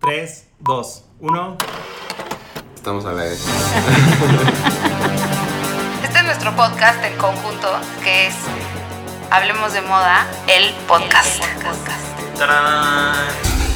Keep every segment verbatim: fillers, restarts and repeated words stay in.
tres, dos, uno. Estamos a la vez. Este es nuestro podcast en conjunto, que es Hablemos de Moda, el podcast. El podcast. ¡Tarán!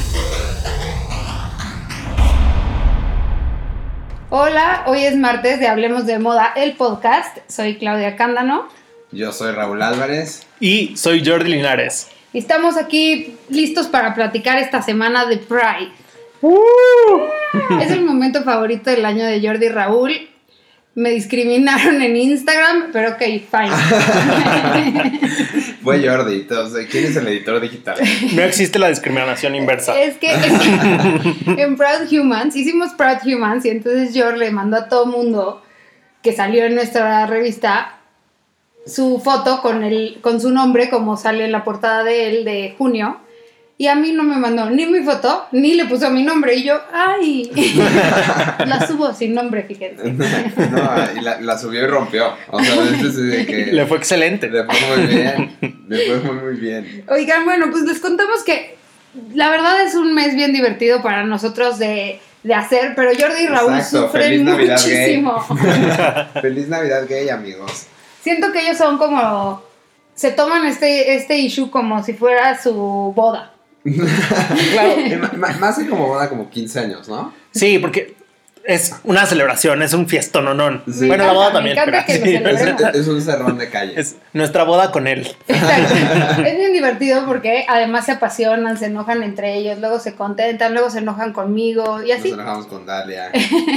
Hola, hoy es martes de Hablemos de Moda, el podcast. Soy Claudia Cándano. Yo soy Raúl Álvarez. Y soy Jordi Linares. Y estamos aquí listos para platicar esta semana de Pride. Uh. Es el momento favorito del año de Jordi y Raúl. Me discriminaron en Instagram, pero ok, fine. Fue Jordi, entonces, ¿quién es el editor digital? No existe la discriminación inversa. Es que, es que en Proud Humans, hicimos Proud Humans y entonces Jordi le mandó a todo mundo que salió en nuestra revista su foto con, el, con su nombre, como sale en la portada de él de junio. Y a mí no me mandó ni mi foto, ni le puso mi nombre. Y yo, ¡ay! La subo sin nombre, fíjense. No, y la, la subió y rompió. O sea, de que Le fue excelente. Le fue muy bien. Le fue muy, muy bien. Oigan, bueno, pues les contamos que la verdad es un mes bien divertido para nosotros de, de hacer, pero Jordi y Raúl Exacto, sufren feliz Navidad muchísimo. Gay. Feliz Navidad gay, amigos. Siento que ellos son como... Se toman este, este issue como si fuera su boda. Claro, m- más que como boda, como quince años, ¿no? Sí, porque es una celebración, es un fiestononón. Sí. Bueno, Me la boda encanta, me también. encanta pero que sí, lo Es, celebremos. es un cerrón de calle. es nuestra boda con él. Exacto. Es bien divertido porque además se apasionan, se enojan entre ellos, luego se contentan, luego se enojan conmigo y así. Nos enojamos con Dalia.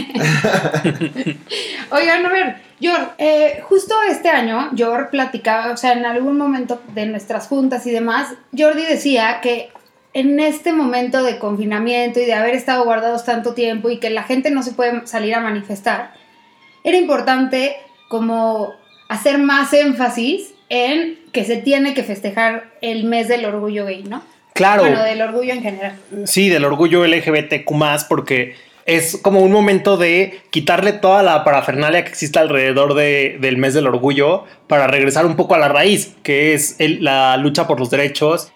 Oigan, a ver, Yor, eh, justo este año, Yor platicaba, o sea, en algún momento de nuestras juntas y demás, Jordi decía que en este momento de confinamiento y de haber estado guardados tanto tiempo y que la gente no se puede salir a manifestar, era importante como hacer más énfasis en que se tiene que festejar el mes del orgullo gay, ¿no? Claro. Bueno, del orgullo en general. Sí, del orgullo L G B T Q más, porque es como un momento de quitarle toda la parafernalia que existe alrededor de, del mes del orgullo para regresar un poco a la raíz, que es el, la lucha por los derechos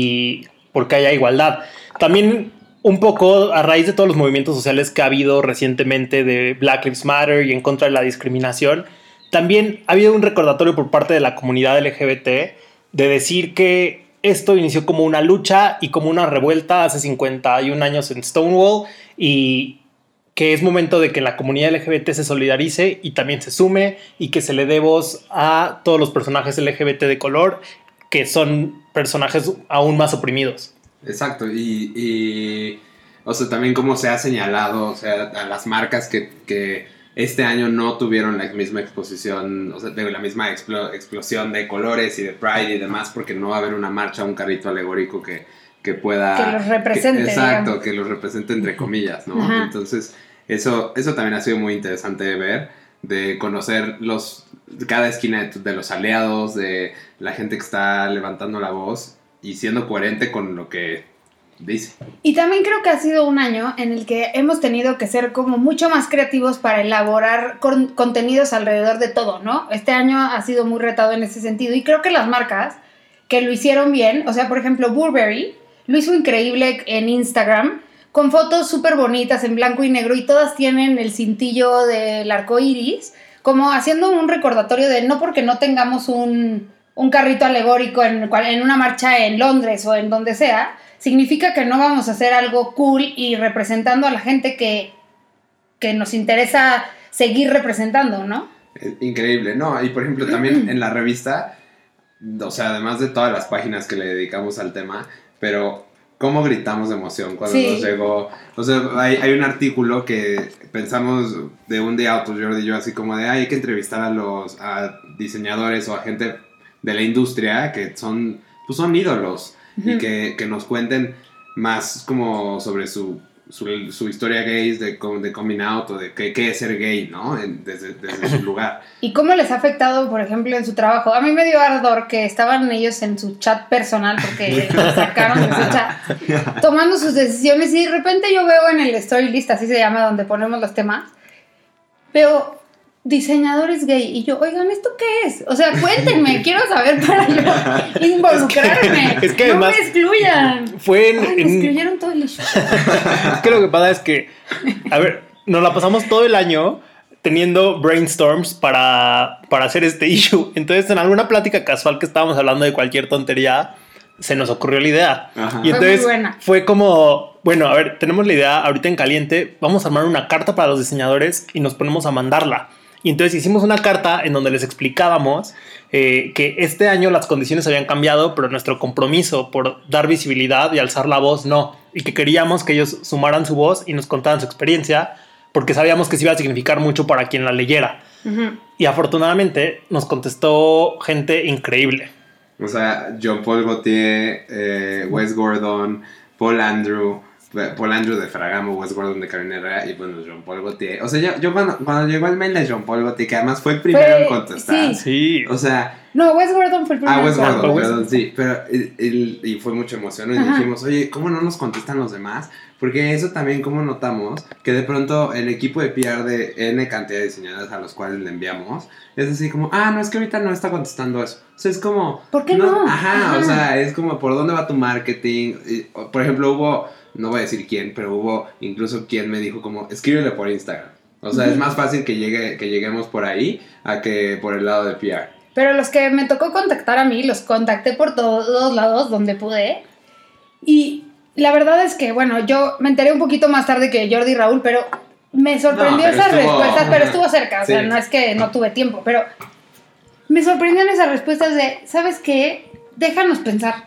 y porque haya igualdad. También un poco a raíz de todos los movimientos sociales que ha habido recientemente de Black Lives Matter y en contra de la discriminación, también ha habido un recordatorio por parte de la comunidad L G B T de decir que esto inició como una lucha y como una revuelta hace cincuenta y un años en Stonewall y que es momento de que la comunidad L G B T se solidarice y también se sume y que se le dé voz a todos los personajes L G B T de color que son personajes aún más oprimidos. Exacto, y, y o sea, también como se ha señalado, o sea, a las marcas que, que este año no tuvieron la misma exposición, o sea, la misma explo, explosión de colores y de Pride y demás, porque no va a haber una marcha, un carrito alegórico que, que pueda... Que los represente. Que, exacto, digamos. que los represente entre comillas, ¿no? Ajá. Entonces, eso, eso también ha sido muy interesante de ver, de conocer los, cada esquina de, de los aliados, de la gente que está levantando la voz y siendo coherente con lo que dice. Y también creo que ha sido un año en el que hemos tenido que ser como mucho más creativos para elaborar con, contenidos alrededor de todo, ¿no? Este año ha sido muy retado en ese sentido y creo que las marcas que lo hicieron bien, o sea, por ejemplo, Burberry lo hizo increíble en Instagram con fotos súper bonitas en blanco y negro y todas tienen el cintillo del arco iris, como haciendo un recordatorio de no porque no tengamos un, un carrito alegórico en, en una marcha en Londres o en donde sea, significa que no vamos a hacer algo cool y representando a la gente que, que nos interesa seguir representando, ¿no? Increíble, ¿no? Y por ejemplo también en la revista, o sea, además de todas las páginas que le dedicamos al tema, pero cómo gritamos de emoción cuando Sí. nos llegó. O sea, hay, hay un artículo que pensamos de un día a otro, Jordi y yo, así como de, ay, hay que entrevistar a los a diseñadores o a gente de la industria que son, pues son ídolos. Uh-huh. Y que, que nos cuenten más como sobre su, su, su historia gay, de, de coming out o de qué, qué es ser gay, ¿no? En, desde, desde su lugar. ¿Y cómo les ha afectado, por ejemplo, en su trabajo? A mí me dio ardor que estaban ellos en su chat personal porque los sacaron de su chat, tomando sus decisiones y de repente yo veo en el story list, así se llama, donde ponemos los temas, veo diseñadores gay. Y yo, oigan, ¿esto qué es? O sea, cuéntenme, quiero saber para yo involucrarme. Es que, es que no además me excluyan. Fue en, Ay, me en... excluyeron todo el issue. Es que lo que pasa es que, a ver, nos la pasamos todo el año teniendo brainstorms para, para hacer este issue. Entonces, en alguna plática casual que estábamos hablando de cualquier tontería, se nos ocurrió la idea. Ajá. Y entonces Fue muy buena. fue como, bueno, a ver, tenemos la idea ahorita en caliente, vamos a armar una carta para los diseñadores y nos ponemos a mandarla. Y entonces hicimos una carta en donde les explicábamos eh, que este año las condiciones habían cambiado, pero nuestro compromiso por dar visibilidad y alzar la voz no. Y que queríamos que ellos sumaran su voz y nos contaran su experiencia, porque sabíamos que se iba a significar mucho para quien la leyera. Uh-huh. Y afortunadamente nos contestó gente increíble. O sea, John Paul Gaultier, eh, Wes Gordon, Paul Andrew, Paul Andrew de Fragamo, Wes Gordon de Caminera y bueno, John Paul Gaultier. O sea, yo, yo cuando, cuando llegó el mail de John Paul Gaultier, que además fue el primero fue, en contestar. Sí. sí. O sea... No, Wes Gordon fue el primero. Ah, Wes Gordon, ah, perdón, sí. Pero él, él, y fue mucha emoción. Y Ajá. dijimos, oye, ¿cómo no nos contestan los demás? Porque eso también, como notamos, que de pronto el equipo de P R de N cantidad de diseñadores a los cuales le enviamos, es así como, ah, no, es que ahorita no está contestando eso. O sea, es como... ¿Por qué no? no? Ajá, Ajá, o sea, es como, ¿por dónde va tu marketing? Y, por ejemplo, hubo, no voy a decir quién, pero hubo incluso quien me dijo como, escríbele por Instagram. O sea, uh-huh. es más fácil que, llegue, que lleguemos por ahí a que por el lado de P R. Pero los que me tocó contactar a mí, los contacté por todos lados donde pude. Y la verdad es que, bueno, yo me enteré un poquito más tarde que Jordi y Raúl, pero me sorprendió no, pero esas estuvo, respuestas, pero estuvo cerca, o sí. sea, no es que no tuve tiempo, pero me sorprendieron esas respuestas de, ¿sabes qué? Déjanos pensar.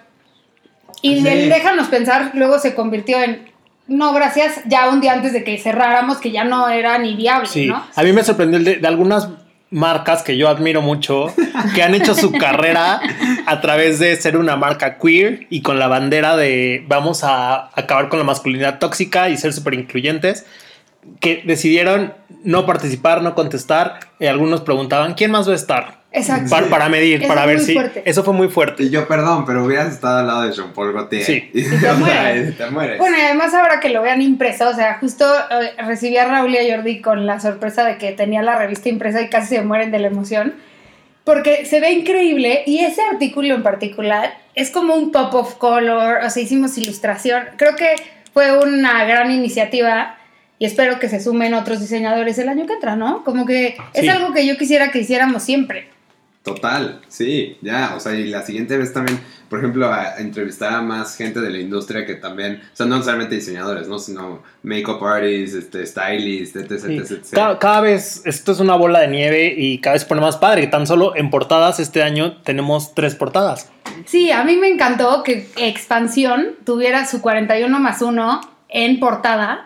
Y sí. el déjanos pensar luego se convirtió en, no, gracias, ya un día antes de que cerráramos, que ya no era ni viable, sí. ¿no? A mí me sorprendió el de, de algunas marcas que yo admiro mucho, que han hecho su carrera a través de ser una marca queer y con la bandera de vamos a acabar con la masculinidad tóxica y ser súper incluyentes, que decidieron no participar, no contestar. Y algunos preguntaban, ¿quién más va a estar? Exacto. Para, para medir, eso para ver si... Fuerte. Eso fue muy fuerte. Y yo, perdón, pero hubieras estado al lado de Jean Paul Gaultier. Sí. Y te, mueres. te mueres. Bueno, y además ahora que lo vean impreso, o sea, justo eh, recibí a Raúl y a Jordi con la sorpresa de que tenía la revista impresa y casi se mueren de la emoción. Porque se ve increíble y ese artículo en particular es como un pop of color, o sea, hicimos ilustración. Creo que fue una gran iniciativa y espero que se sumen otros diseñadores el año que entra, ¿no? Como que es sí. algo que yo quisiera que hiciéramos siempre. Total, sí, ya, o sea, y la siguiente vez también, por ejemplo, a entrevistar a más gente de la industria que también, o sea, no necesariamente diseñadores, ¿no? Sino make-up artists, este, stylists, etcétera, sí. etcétera. Cada, cada vez, esto es una bola de nieve y cada vez se pone más padre, que tan solo en portadas este año tenemos tres portadas. Sí, a mí me encantó que Expansión tuviera su cuarenta y uno más uno en portada,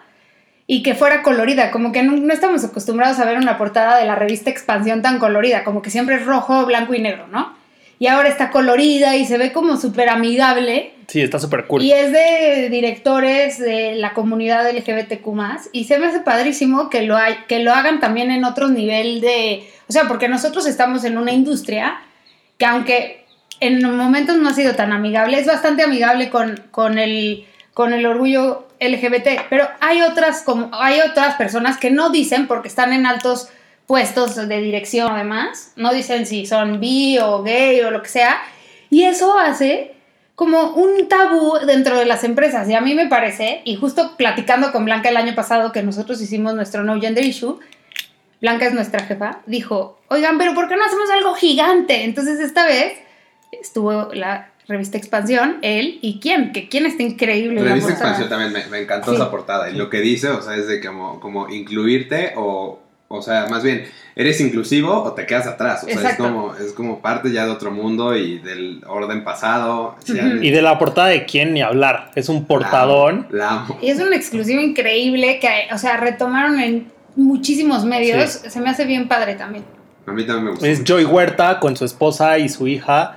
y que fuera colorida, como que no, no estamos acostumbrados a ver una portada de la revista Expansión tan colorida, como que siempre es rojo, blanco y negro, ¿no? Y ahora está colorida y se ve como súper amigable. Sí, está súper cool. Y es de directores de la comunidad L G B T Q más, y se me hace padrísimo que lo, hay, que lo hagan también en otro nivel de... O sea, porque nosotros estamos en una industria que aunque en momentos no ha sido tan amigable, es bastante amigable con, con, el, con el orgullo L G B T, pero hay otras, como, hay otras personas que no dicen, porque están en altos puestos de dirección además, no dicen si son bi o gay o lo que sea, y eso hace como un tabú dentro de las empresas, y a mí me parece, y justo platicando con Blanca el año pasado que nosotros hicimos nuestro No Gender Issue, Blanca es nuestra jefa, dijo, oigan, pero ¿por qué no hacemos algo gigante? Entonces esta vez estuvo la revista Expansión, él y quién, que quién está increíble. La revista Expansión también me, me encantó sí. esa portada, y lo que dice, o sea, es de como, como incluirte o, o sea, más bien, ¿eres inclusivo o te quedas atrás? O sea, es como, es como parte ya de otro mundo y del orden pasado. Uh-huh. ¿Sí? Y de la portada de quién ni hablar, es un portadón. La amo, la amo. Y es un exclusivo increíble que, o sea, retomaron en muchísimos medios, sí. se me hace bien padre también. A mí también me gusta. Es mucho. Joy Huerta con su esposa y su hija.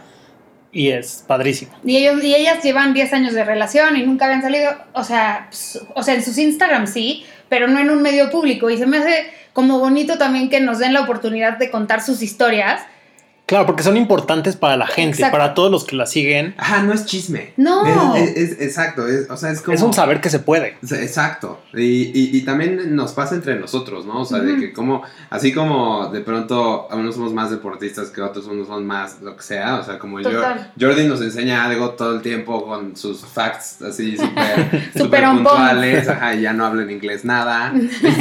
Y es padrísimo. Y ellos y ellas llevan diez años de relación y nunca habían salido, o sea, pues, o sea, en sus Instagram sí, pero no en un medio público. Y se me hace como bonito también que nos den la oportunidad de contar sus historias Claro, porque son importantes para la gente, exacto, para todos los que la siguen. Ajá, no es chisme. No. Es, es, es exacto, es, o sea, es como... Es un saber que se puede. Exacto. Y, y, y también nos pasa entre nosotros, ¿no? O sea, uh-huh. de que como, así como de pronto unos somos más deportistas que otros, unos son más lo que sea, o sea, como yo, Jordi nos enseña algo todo el tiempo con sus facts así súper super puntuales, ajá, y ya no hablo en inglés nada.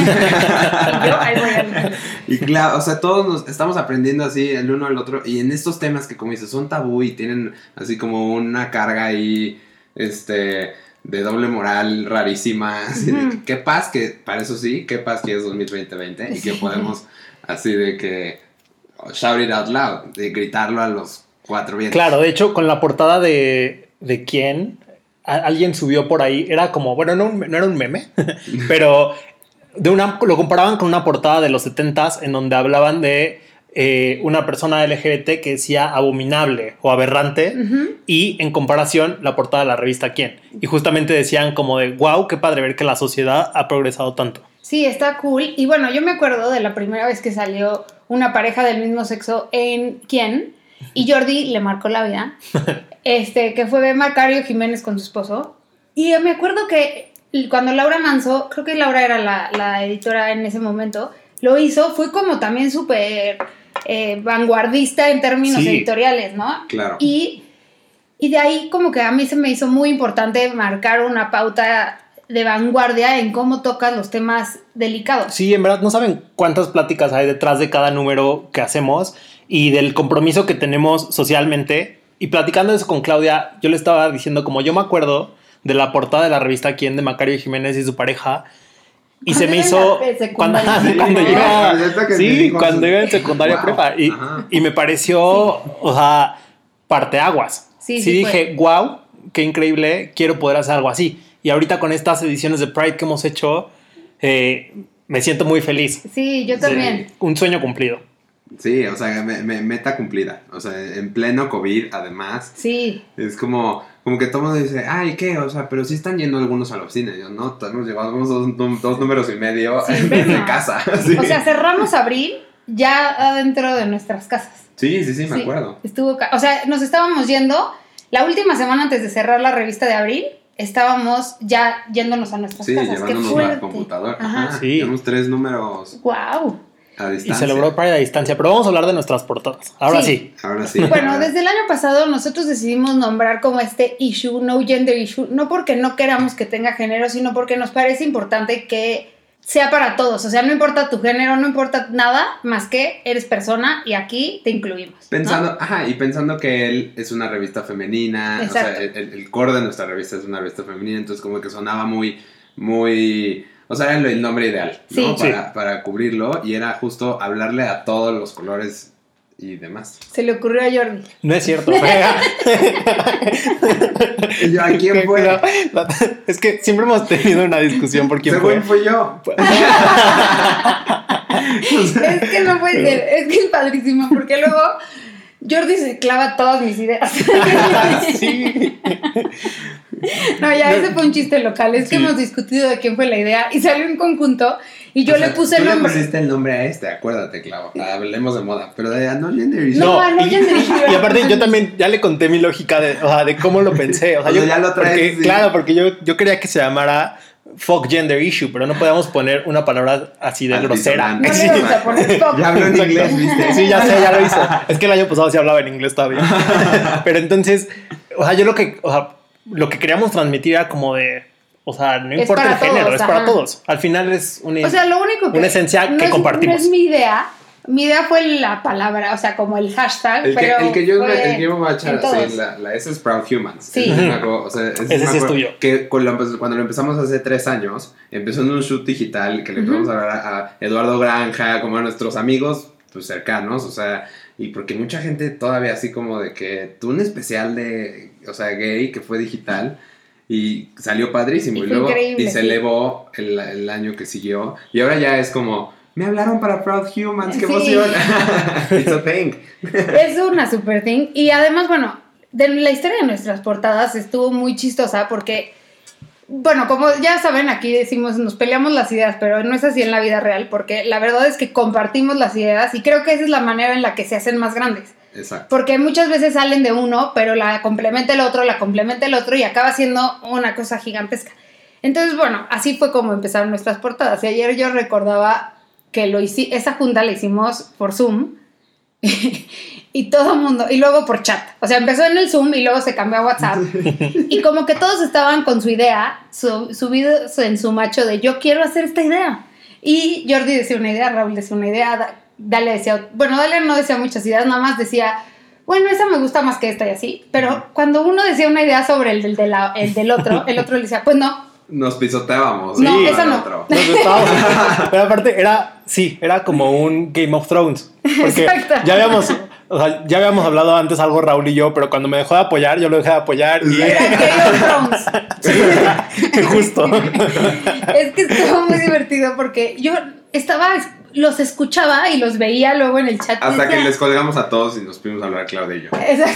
Yo ahí voy a... Y claro, o sea, todos nos estamos aprendiendo así el uno al otro. Y en estos temas que, como dices, son tabú y tienen así como una carga ahí, este, de doble moral rarísima. Así uh-huh. de, qué paz que, para eso sí, qué paz que es dos mil veinte y que podemos así de que shout it out loud, de gritarlo a los cuatro vientos. Claro, de hecho, con la portada de, de quién, a, alguien subió por ahí, era como, bueno, no, no era un meme, pero de una, lo comparaban con una portada de los setentas en donde hablaban de Eh, una persona L G B T que decía abominable o aberrante uh-huh. y en comparación la portada de la revista ¿Quién? Y justamente decían como de wow, qué padre ver que la sociedad ha progresado tanto. Sí, está cool. Y bueno, yo me acuerdo de la primera vez que salió una pareja del mismo sexo en ¿Quién? Y Jordi le marcó la vida, este, que fue Macario Jiménez con su esposo. Y me acuerdo que cuando Laura Manso, creo que Laura era la, la editora en ese momento, lo hizo, fue como también súper... Eh, vanguardista en términos sí, editoriales, ¿no? Claro. Y, y de ahí como que a mí se me hizo muy importante marcar una pauta de vanguardia en cómo tocas los temas delicados. Sí, en verdad no saben cuántas pláticas hay detrás de cada número que hacemos y del compromiso que tenemos socialmente. Y platicando eso con Claudia, yo le estaba diciendo como yo me acuerdo de la portada de la revista ¿Quién? De Macario Jiménez y su pareja. Y se me hizo cuando, sí, cuando no, iba sí, cuando cuando iba en secundaria wow, prepa y, y me pareció sí. o sea parteaguas sí, sí, sí dije fue. Wow, qué increíble, quiero poder hacer algo así. Y ahorita con estas ediciones de Pride que hemos hecho eh, me siento muy feliz. Sí, yo también. Sí, un sueño cumplido. Sí, o sea, me, me, meta cumplida. O sea, en pleno COVID, además. Sí. Es como, como que todo el mundo dice, ay, ¿qué? O sea, pero sí están yendo algunos a la oficina. Yo, no, hemos llevado dos, dos números y medio sí, desde no. casa. Sí. O sea, cerramos abril ya adentro de nuestras casas. Sí, sí, sí, me sí, acuerdo. Estuvo, o sea, nos estábamos yendo, la última semana antes de cerrar la revista de abril, estábamos ya yéndonos a nuestras sí, casas. Sí, llevándonos la computadora. Ajá. Ajá. Sí. Tenemos tres números. Wow. A distancia. Y se logró Pride a distancia, pero vamos a hablar de nuestras portadas. Ahora sí. sí. Ahora sí. Bueno, desde el año pasado nosotros decidimos nombrar como este issue, no gender issue, no porque no queramos que tenga género, sino porque nos parece importante que sea para todos. O sea, no importa tu género, no importa nada más que eres persona y aquí te incluimos. Pensando, ¿no? Ajá, y pensando que él es una revista femenina, exacto. O sea, el, el core de nuestra revista es una revista femenina, entonces como que sonaba muy, muy... O sea, era el nombre ideal, ¿no? Sí, para, sí. para cubrirlo y era justo hablarle a todos los colores y demás. Se le ocurrió a Jordi. No es cierto. ¿Y yo, ¿a quién fue? No, es que siempre hemos tenido una discusión por quién Según fue. fui yo. Es que no puede ser, es que es padrísimo porque luego Jordi se clava todas mis ideas. Sí. No, ya ese fue un chiste local. Es sí. que hemos discutido de quién fue la idea y salió en conjunto y yo o sea, le puse el nombre. Tú le pusiste el nombre a este, acuérdate, Clavo. Hablemos de moda, pero de no gender issue. No, no, no y, gender issue. Y aparte yo también ya le conté mi lógica de, o sea, de cómo lo pensé. O sea, o sea yo, ya lo traes. Porque, sí. Claro, porque yo, yo quería que se llamara fuck gender issue, pero no podíamos poner una palabra así de grosera. No le vamos a poner fuck. Ya hablo en inglés, ¿viste? Sí, ya sé, ya lo hizo. Es que el año pasado sí hablaba en inglés todavía. Pero entonces, o sea, yo lo que, o sea, lo que queríamos transmitir era como de, o sea, no importa el género, todos, es ajá. para todos. Al final es una, o sea, lo único que una esencia no que es, compartimos. No es mi idea. Mi idea fue la palabra, o sea, como el hashtag, el que, pero el que yo fue el que yo me voy a echar, sí, la, la S es Proud Humans. Sí. Ese, me acuerdo, o sea, ese, ese sí es tuyo. Que cuando, cuando lo empezamos hace tres años, empezó en un shoot digital que le empezamos uh-huh. a hablar a, a Eduardo Granja, como a nuestros amigos pues cercanos, o sea, y porque mucha gente todavía así como de que tuvo un especial de, o sea, gay que fue digital. Y salió padrísimo. Y, y luego y se sí. elevó el, el año que siguió. Y ahora ya es como, me hablaron para Proud Humans, qué sí. emoción. It's a thing. Es una super thing. Y además, bueno, de la historia de nuestras portadas estuvo muy chistosa porque, bueno, como ya saben, aquí decimos, nos peleamos las ideas, pero no es así en la vida real, porque la verdad es que compartimos las ideas y creo que esa es la manera en la que se hacen más grandes. Exacto. Porque muchas veces salen de uno, pero la complementa el otro, la complementa el otro y acaba siendo una cosa gigantesca. Entonces, bueno, así fue como empezaron nuestras portadas. Y ayer yo recordaba que lo hici- esa junta la hicimos por Zoom y todo el mundo, y luego por chat. O sea, empezó en el Zoom y luego se cambió a WhatsApp. Y como que todos estaban con su idea, su, subidos en su macho de yo quiero hacer esta idea. Y Jordi decía una idea, Raúl decía una idea, Dalia decía, bueno, Dalia no decía muchas ideas, nada más decía, bueno, esa me gusta más que esta y así. Pero cuando uno decía una idea sobre el del, de la, el del otro, el otro le decía, pues no. Nos pisoteábamos. No, sí, esa no. Otro. Nos estábamos- pero aparte era, sí, era como un Game of Thrones. Porque Exacto. ya habíamos, o sea, ya habíamos hablado antes algo Raúl y yo, pero cuando me dejó de apoyar, yo lo dejé de apoyar y Era Game of Thrones. justo. Es que estuvo muy divertido porque yo estaba, los escuchaba y los veía luego en el chat. y Hasta que decía- les colgamos a todos y nos fuimos a hablar Claudia y yo. Exacto.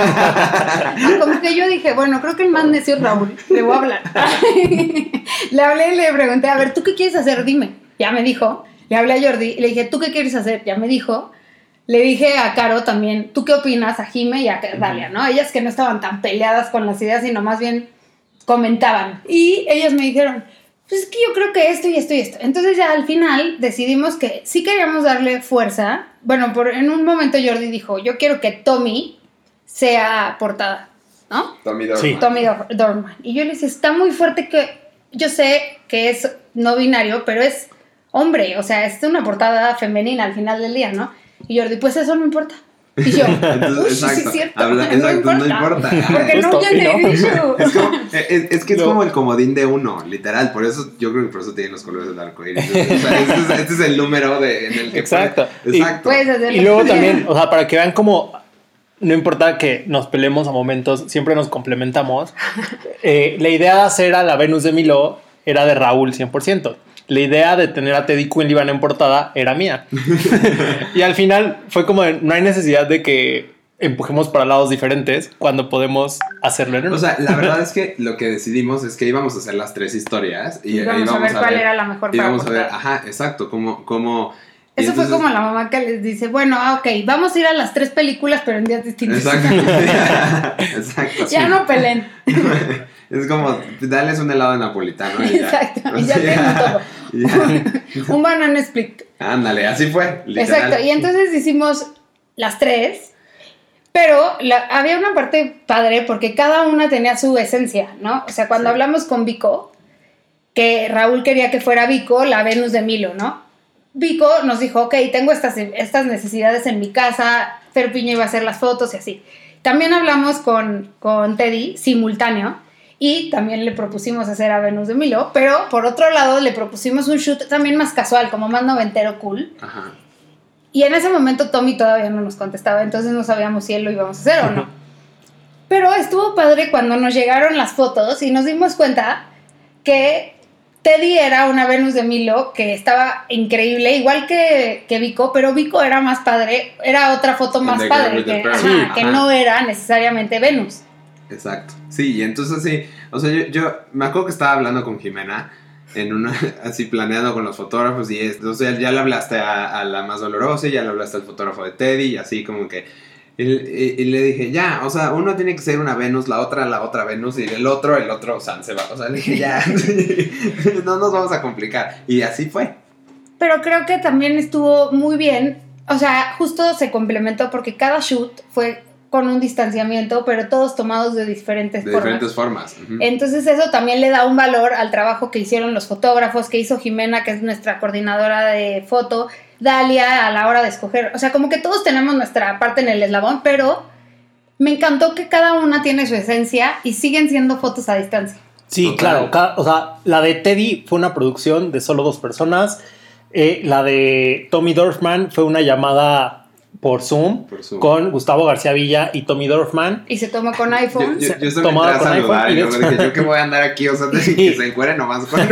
Como que yo dije, bueno, creo que el más necio es Raúl, le voy a hablar. Le hablé y le pregunté, a ver, ¿tú qué quieres hacer? Dime. Ya me dijo. Le hablé a Jordi y le dije, ¿tú qué quieres hacer? Ya me dijo. Le dije a Caro también, ¿tú qué opinas? A Jime y a Dalia, ¿no? Ellas que no estaban tan peleadas con las ideas, sino más bien comentaban. Y ellas me dijeron, pues es que yo creo que esto y esto y esto. Entonces ya al final decidimos que sí queríamos darle fuerza. Bueno, por, en un momento Jordi dijo, yo quiero que Tommy sea portada, ¿no? Tommy Dorman. Sí. Tommy Dor- Dorman. Y yo le dije, está muy fuerte que... Yo sé que es no binario, pero es hombre. O sea, es una portada femenina al final del día, ¿no? Y Jordi, pues eso no importa. Y yo, Entonces, uy, sí, sí exacto. es cierto. Habla- no, exacto, importa, no importa. Porque no Justo, gender ¿no? issue. Es, como, es, es que es No. como el comodín de uno, literal. Por eso, yo creo que por eso tienen los colores del arco iris. O sea, este, es, este es el número de, en el que. Exacto. puede- exacto. Puedes hacerlo. Y luego también, o sea, para que vean cómo no importa que nos peleemos a momentos, siempre nos complementamos. Eh, la idea de hacer a la Venus de Milo era de Raúl cien por ciento. La idea de tener a Teddy Quinlivan en portada era mía. Y al final fue como de, no hay necesidad de que empujemos para lados diferentes cuando podemos hacerlo en uno. O sea, la verdad es que lo que decidimos es que íbamos a hacer las tres historias y, Y vamos a ver cuál era la mejor y para vamos a ver, portada. ajá, exacto, como, como y Eso fue entonces- como la mamá que les dice, bueno, ah, ok, vamos a ir a las tres películas, pero en días distintos. Exacto. Exacto. Ya sí. no peleen. Es como, dales un helado napolitano. Y ya. Exacto, y O ya sea, tienen todo. ya. Un banana split. Ándale, así fue. Literal. Exacto, y entonces hicimos las tres, pero la- había una parte padre porque cada una tenía su esencia, ¿no? O sea, cuando Sí. hablamos con Vico, que Raúl quería que fuera Vico, la Venus de Milo, ¿no? Vico nos dijo, ok, tengo estas, estas necesidades en mi casa, Fer Piña iba a hacer las fotos y así. También hablamos con, con Teddy, simultáneo, y también le propusimos hacer a Venus de Milo, pero por otro lado le propusimos un shoot también más casual, como más noventero cool. Ajá. Y en ese momento Tommy todavía no nos contestaba, entonces no sabíamos si él lo íbamos a hacer o no. Pero estuvo padre cuando nos llegaron las fotos y nos dimos cuenta que Teddy era una Venus de Milo que estaba increíble, igual que, que Vico, pero Vico era más padre, era otra foto El más de padre, Girl with the que, Pearl. ajá, Sí, que ajá. no era necesariamente Venus. Exacto. Sí, y entonces sí. O sea, yo, yo me acuerdo que estaba hablando con Jimena en una, así planeando con los fotógrafos y es, o sea, ya le hablaste a, a la más dolorosa y ya le hablaste al fotógrafo de Teddy y así como que y, y- y le dije, ya, o sea, uno tiene que ser una Venus, la otra la otra Venus y el otro, el otro San Sebastián. O sea, le dije, ya, no nos vamos a complicar. Y así fue. Pero creo que también estuvo muy bien, o sea, justo se complementó porque cada shoot fue con un distanciamiento, pero todos tomados de diferentes De formas. diferentes formas. Ujú. Entonces eso también le da un valor al trabajo que hicieron los fotógrafos, que hizo Jimena, que es nuestra coordinadora de foto, Dalia a la hora de escoger. O sea, como que todos tenemos nuestra parte en el eslabón, pero me encantó que cada una tiene su esencia y siguen siendo fotos a distancia. Sí, Total. claro. ca- O sea, la de Teddy fue una producción de solo dos personas. Eh, la de Tommy Dorfman fue una llamada por Zoom, Por Zoom. con Gustavo García Villa y Tommy Dorfman. Y se tomó con Yo, iPhone. yo, yo solo Tomaba entré a con saludar iPhone y y luego de- dije, yo que voy a andar aquí, o sea, Sí. que se encuere nomás con...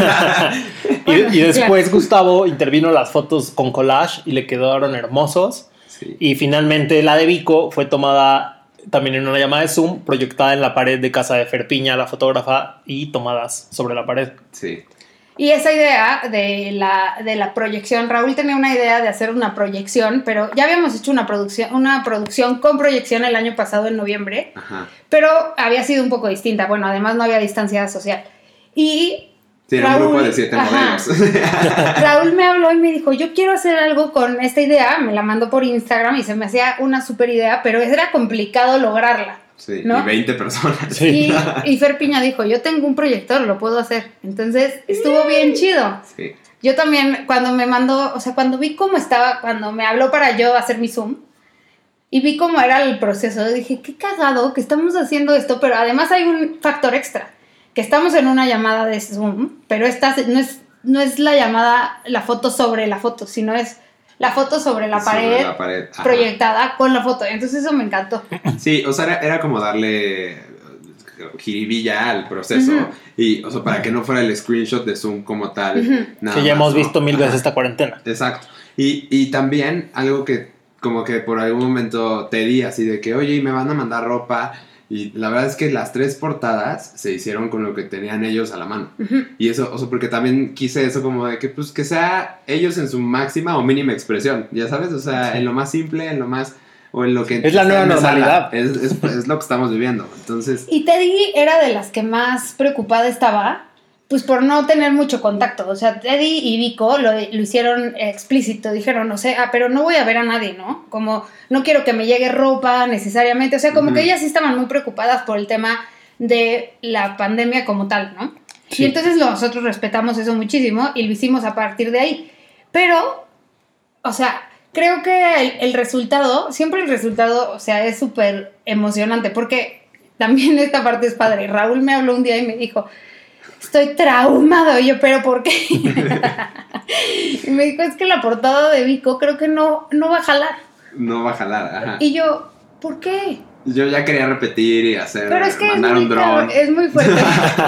Y, y después Gustavo intervino las fotos con collage y le quedaron hermosos. Sí. Y finalmente la de Vico fue tomada también en una llamada de Zoom, proyectada en la pared de casa de Fer Piña, la fotógrafa, y tomadas sobre la pared. Sí. Y esa idea de la, de la proyección, Raúl tenía una idea de hacer una proyección, pero ya habíamos hecho una producción, una producción con proyección el año pasado en noviembre, Ajá. pero había sido un poco distinta. Bueno, además no había distancia social. Y Sí, era Raúl, un grupo de siete ajá, modelos. Raúl me habló y me dijo, yo quiero hacer algo con esta idea, me la mandó por Instagram y se me hacía una súper idea, pero era complicado lograrla. Sí, ¿no? y veinte personas. Sí. Y, y Fer Piña dijo, yo tengo un proyector, lo puedo hacer. Entonces estuvo bien chido. Sí. Yo también, cuando me mandó, o sea, cuando vi cómo estaba, cuando me habló para yo hacer mi Zoom, y vi cómo era el proceso, dije, qué cagado que estamos haciendo esto, pero además hay un factor extra, que estamos en una llamada de Zoom, pero esta no es, no es la llamada, la foto sobre la foto, sino es la foto sobre la Sobre pared, la pared, ajá. proyectada con la foto. Entonces eso me encantó. Sí, o sea, era, era como darle jiribilla al proceso. Uh-huh. Y, o sea, para que no fuera el screenshot de Zoom como tal. Uh-huh. Nada Que ya más, hemos ¿no? visto mil veces Ajá. esta cuarentena. Exacto. Y, y también algo que como que por algún momento te di así de que, oye, me van a mandar ropa. Y la verdad es que las tres portadas se hicieron con lo que tenían ellos a la mano. Uh-huh. Y eso, o sea, porque también quise eso como de que, pues, que sea ellos en su máxima o mínima expresión, ya sabes, o sea, Sí. en lo más simple, en lo más, o en lo que... Es la nueva me salga. normalidad. Es, es, es lo que estamos viviendo, entonces... Y Teddy era de las que más preocupada estaba, pues por no tener mucho contacto. O sea, Teddy y Vico lo, lo hicieron explícito, dijeron, no sé, ah, pero no voy a ver a nadie, ¿no? Como, no quiero que me llegue ropa necesariamente. O sea, como Uh-huh. que ellas sí estaban muy preocupadas por el tema de la pandemia como tal, ¿no? Sí. Y entonces nosotros respetamos eso muchísimo y lo hicimos a partir de ahí. Pero, o sea, creo que el, el resultado, siempre el resultado, o sea, es súper emocionante, porque también esta parte es padre. Raúl me habló un día y me dijo, estoy traumado. Y yo, ¿pero por qué? Y me dijo, es que la portada de Vico creo que no, no va a jalar. No va a jalar, ajá. Y yo, ¿por qué? Yo ya quería repetir y hacer, Pero es que es mandar muy, un dron. cabrón, es muy fuerte.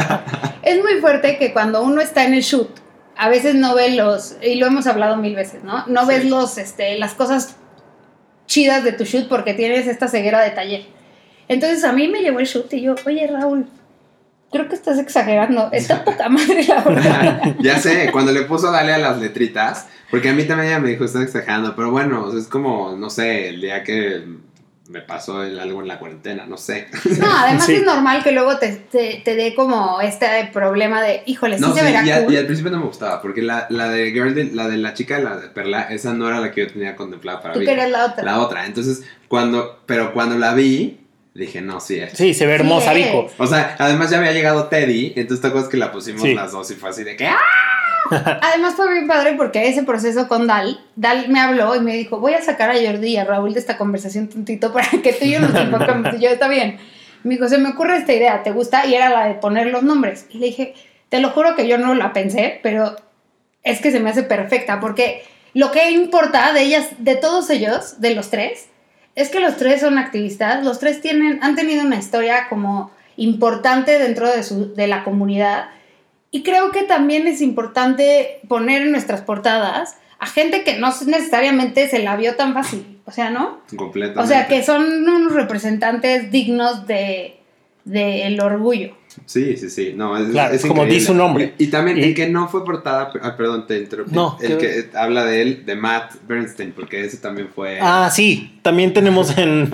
Es muy fuerte que cuando uno está en el shoot, a veces no ve los, y lo hemos hablado mil veces, ¿no? No Sí. ves los, este, las cosas chidas de tu shoot porque tienes esta ceguera de taller. Entonces a mí me llevó el shoot y yo, oye Raúl, creo que estás exagerando, está poca madre la verdad. Ya sé, cuando le puso dale a las letritas, porque a mí también ella me dijo, estás exagerando, pero bueno, o sea, es como, no sé, el día que me pasó el, algo en la cuarentena, no sé. No, además Sí. es normal que luego te, te, te dé como este problema de, híjole, sí No se sé, verá y, a- cool. y al principio no me gustaba, porque la, la de Girl, de- la de la chica, la de Perla, esa no era la que yo tenía contemplada para Tú mí. querías la otra. La otra, entonces, cuando, pero cuando la vi, dije, no, sí es. Sí, se ve hermosa, Sí Vico. es. O sea, además ya había llegado Teddy, entonces te acuerdas que la pusimos Sí. las dos y fue así de que, ¡ah! Además fue bien padre porque ese proceso con Dal, Dal me habló y me dijo, voy a sacar a Jordi y a Raúl de esta conversación tontito para que tú y yo nos enfocamos. Y yo, está bien. Me dijo, se me ocurre esta idea, ¿te gusta? Y era la de poner los nombres. Y le dije, te lo juro que yo no la pensé, pero es que se me hace perfecta porque lo que importa de ellas, de todos ellos, de los tres, es que los tres son activistas, los tres tienen, han tenido una historia como importante dentro de, su, de la comunidad. Y creo que también es importante poner en nuestras portadas a gente que no necesariamente se la vio tan fácil, o sea, ¿no? Completamente. O sea, que son unos representantes dignos de, de el orgullo. Sí, sí, sí. No, es, Claro, es como increíble. dice su nombre. Y, y también Y- el que no fue portada, ah, perdón, te interrumpí. No, el ¿qué? que habla de él, de Matt Bernstein, porque ese también fue. Ah, sí, también tenemos en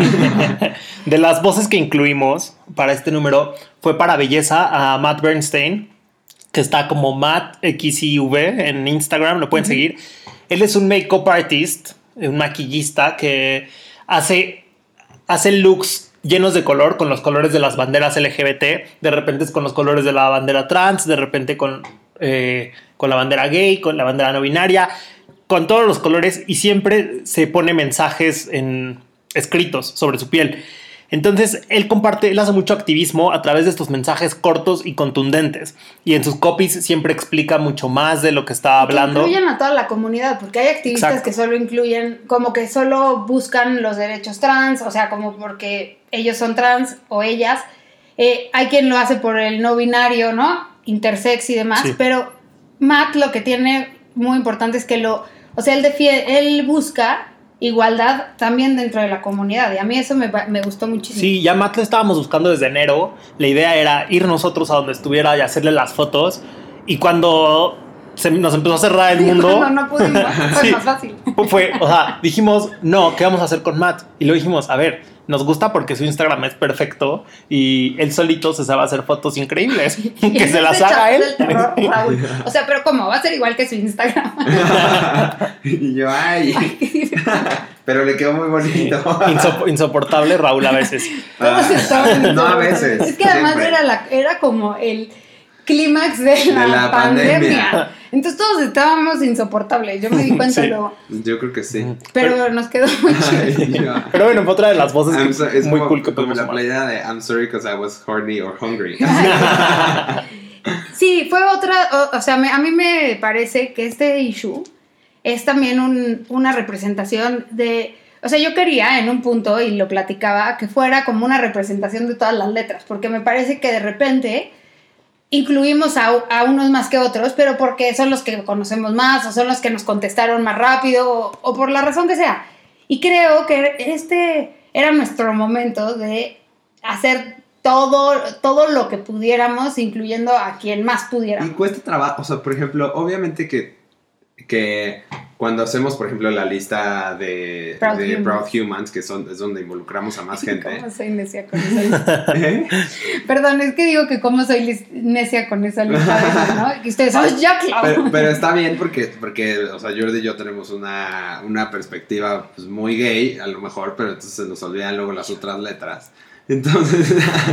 de las voces que incluimos para este número fue para belleza a Matt Bernstein, que está como Matt X I V en Instagram, lo pueden Uh-huh. seguir. Él es un make-up artist, un maquillista que hace, hace looks llenos de color con los colores de las banderas L G B T, de repente es con los colores de la bandera trans, de repente con, eh, con la bandera gay, con la bandera no binaria, con todos los colores, y siempre se pone mensajes en, escritos sobre su piel. Entonces él comparte, él hace mucho activismo a través de estos mensajes cortos y contundentes, y en sus copies siempre explica mucho más de lo que está hablando. Que incluyen a toda la comunidad, porque hay activistas Exacto. que solo incluyen, como que solo buscan los derechos trans, o sea, como porque ellos son trans o ellas. Eh, hay quien lo hace por el no binario, ¿no? Intersex y demás, Sí. pero Matt lo que tiene muy importante es que lo, o sea, él, defie- él busca igualdad también dentro de la comunidad, y a mí eso me, me gustó muchísimo. Sí, ya Matt lo estábamos buscando desde enero. La idea era ir nosotros a donde estuviera y hacerle las fotos. Y cuando se nos empezó a cerrar el mundo. No, no pudimos, fue Sí. más fácil. Fue, o sea, dijimos, no, ¿qué vamos a hacer con Matt? Y luego dijimos, a ver, nos gusta porque su Instagram es perfecto y él solito se sabe hacer fotos increíbles. Que se las haga él. Del terror, Raúl. O sea, pero ¿cómo? Va a ser igual que su Instagram. Y yo, ay. Pero le quedó muy bonito. Insop- insoportable Raúl a veces. Todos estaban No, a veces. Es que además siempre. era, la, era como el clímax de la, De la pandemia. pandemia. Entonces todos estábamos insoportables. Yo me di cuenta Sí. luego. Yo creo que sí. Pero, nos quedó muy chido. Ay, yo- Pero bueno, fue otra de las voces I'm que so- es muy como, cool que como podemos la tomar. playera de I'm sorry because I was horny or hungry. Sí, fue otra. O, o sea, me- a mí me parece que este issue es también un- una representación de. O sea, yo quería en un punto, y lo platicaba, que fuera como una representación de todas las letras, porque me parece que de repente incluimos a, a unos más que otros, pero porque son los que conocemos más, o son los que nos contestaron más rápido, o, o por la razón que sea. Y creo que este era nuestro momento de hacer todo, todo lo que pudiéramos, incluyendo a quien más Y pudiéramos. cuesta trabajo, o sea, por ejemplo, obviamente que, que cuando hacemos, por ejemplo, la lista de Proud de Humans. Proud Humans, que son, es donde involucramos a más gente. ¿Cómo soy necia con esa lista? ¿Eh? Perdón, es que digo que cómo soy lis- necia con esa lista, de, ¿no? Y ustedes, ¡ay, ya, claro! Pero, pero está bien porque, porque, o sea, Jordi y yo tenemos una, una perspectiva pues, muy gay, a lo mejor, pero entonces se nos olvidan luego las otras letras. Entonces,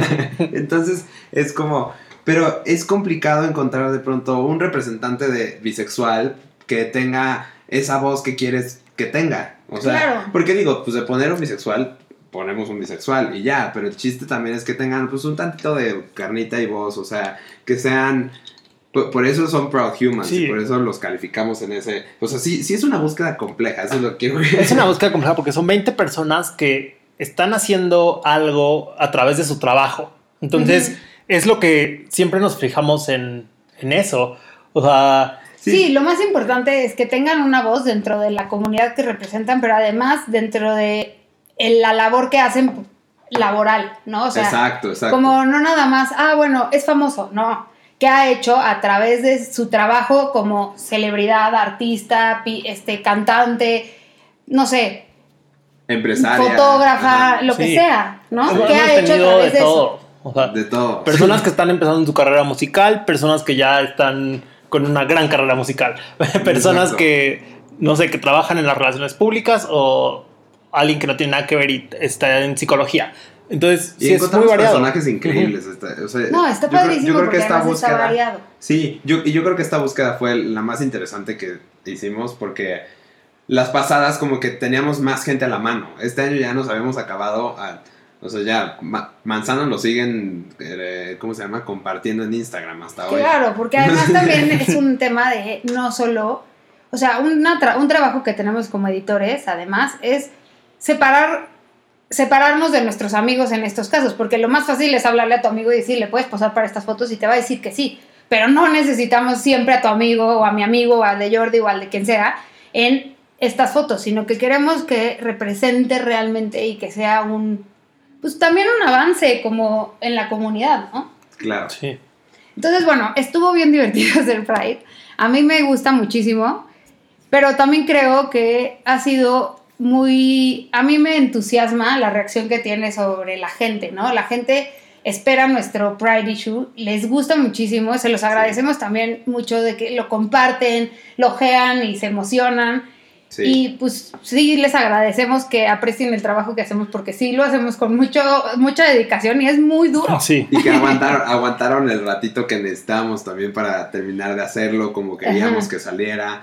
entonces es como... Pero es complicado encontrar de pronto un representante de bisexual que tenga esa voz que quieres que tenga. O sea, Claro. porque digo, pues de poner un bisexual, ponemos un bisexual y ya, pero el chiste también es que tengan pues un tantito de carnita y voz, o sea, que sean... Por, por eso son Proud Humans, Sí. y por eso los calificamos en ese... O sea, sí, sí es una búsqueda compleja, eso es lo que quiero Es una búsqueda compleja porque son veinte personas que están haciendo algo a través de su trabajo. Entonces, Ujú. es lo que siempre nos fijamos en, en eso. O sea, Sí, lo más importante es que tengan una voz dentro de la comunidad que representan, pero además dentro de el- la labor que hacen laboral, ¿no? O sea, Exacto, exacto. como no nada más, ah, bueno, es famoso, no. ¿Qué ha hecho a través de su trabajo como celebridad, artista, pi- este, cantante, no sé, Empresaria. fotógrafa, Ajá. lo que Sí. sea, ¿no? hemos ¿Qué ha hecho a tenido través de, eso? todo. O sea, De todo. personas que están empezando en su carrera musical, personas que ya están con una gran carrera musical, personas Exacto. que, no sé, que trabajan en las relaciones públicas o alguien que no tiene nada que ver y está en psicología. Entonces, Y sí es muy encontramos variado. personajes increíbles. Esta- o sea, No, está yo creo- padrísimo yo creo porque que esta además está búsqueda, variado. Sí, yo, y yo creo que esta búsqueda fue la más interesante que hicimos porque las pasadas como que teníamos más gente a la mano. Este año ya nos habíamos acabado, a, o sea, ya Ma- Manzano lo siguen, eh, ¿cómo se llama? Compartiendo en Instagram hasta hoy. Claro, porque además también es un tema de no solo, o sea, una tra- un trabajo que tenemos como editores, además, es separar, separarnos de nuestros amigos en estos casos, porque lo más fácil es hablarle a tu amigo y decirle, puedes posar para estas fotos y te va a decir que sí, pero no necesitamos siempre a tu amigo o a mi amigo o al de Jordi o al de quien sea en estas fotos, sino que queremos que represente realmente y que sea un, pues también un avance como en la comunidad, ¿no? Claro. Sí. Entonces, bueno, estuvo bien divertido hacer Pride. A mí me gusta muchísimo, pero también creo que ha sido muy... A mí me entusiasma la reacción que tiene sobre la gente, ¿no? La gente espera nuestro Pride Issue, les gusta muchísimo, se los agradecemos también mucho de que lo comparten, lo ojean y se emocionan. Sí. Y pues sí, les agradecemos que aprecien el trabajo que hacemos porque sí lo hacemos con mucho, mucha dedicación y es muy duro. Sí. Y que aguantaron, aguantaron el ratito que necesitábamos también para terminar de hacerlo como queríamos Ajá. que saliera,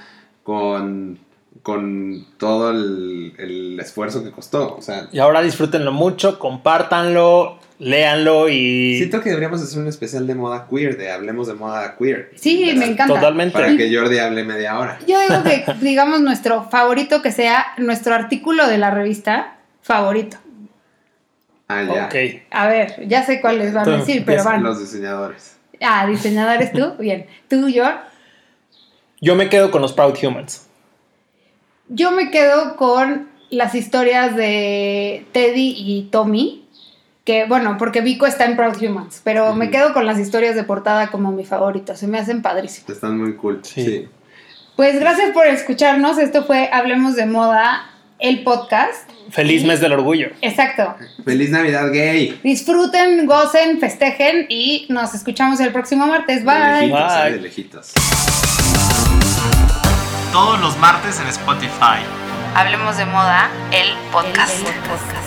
con, con todo el, el esfuerzo que costó. O sea, Y ahora disfrútenlo mucho, compártanlo, léanlo y... siento que deberíamos hacer un especial de moda queer, de hablemos de moda queer. Sí, ¿Verdad? me encanta. Totalmente. Para que Jordi hable media hora. Yo digo que, digamos, nuestro favorito que sea nuestro artículo de la revista favorito. Ah, ya. Ok. A ver, ya sé cuáles van a Entonces, decir, pero empieza van. Los diseñadores. Ah, diseñadores tú, bien. Tú, yo. Yo me quedo con los Proud Humans. Yo me quedo con las historias de Teddy y Tommy, que bueno, porque Vico está en Proud Humans, pero uh-huh. me quedo con las historias de portada como mi favorito, se me hacen padrísimos. Están muy cool, sí. sí. Pues gracias por escucharnos, esto fue Hablemos de Moda, el podcast. Feliz y... mes del orgullo. Exacto. Feliz Navidad gay. Disfruten, gocen, festejen y nos escuchamos el próximo martes. Bye. De lejitos, Bye. Eh, de lejitos. Todos los martes en Spotify. Hablemos de Moda, el podcast. El, el podcast.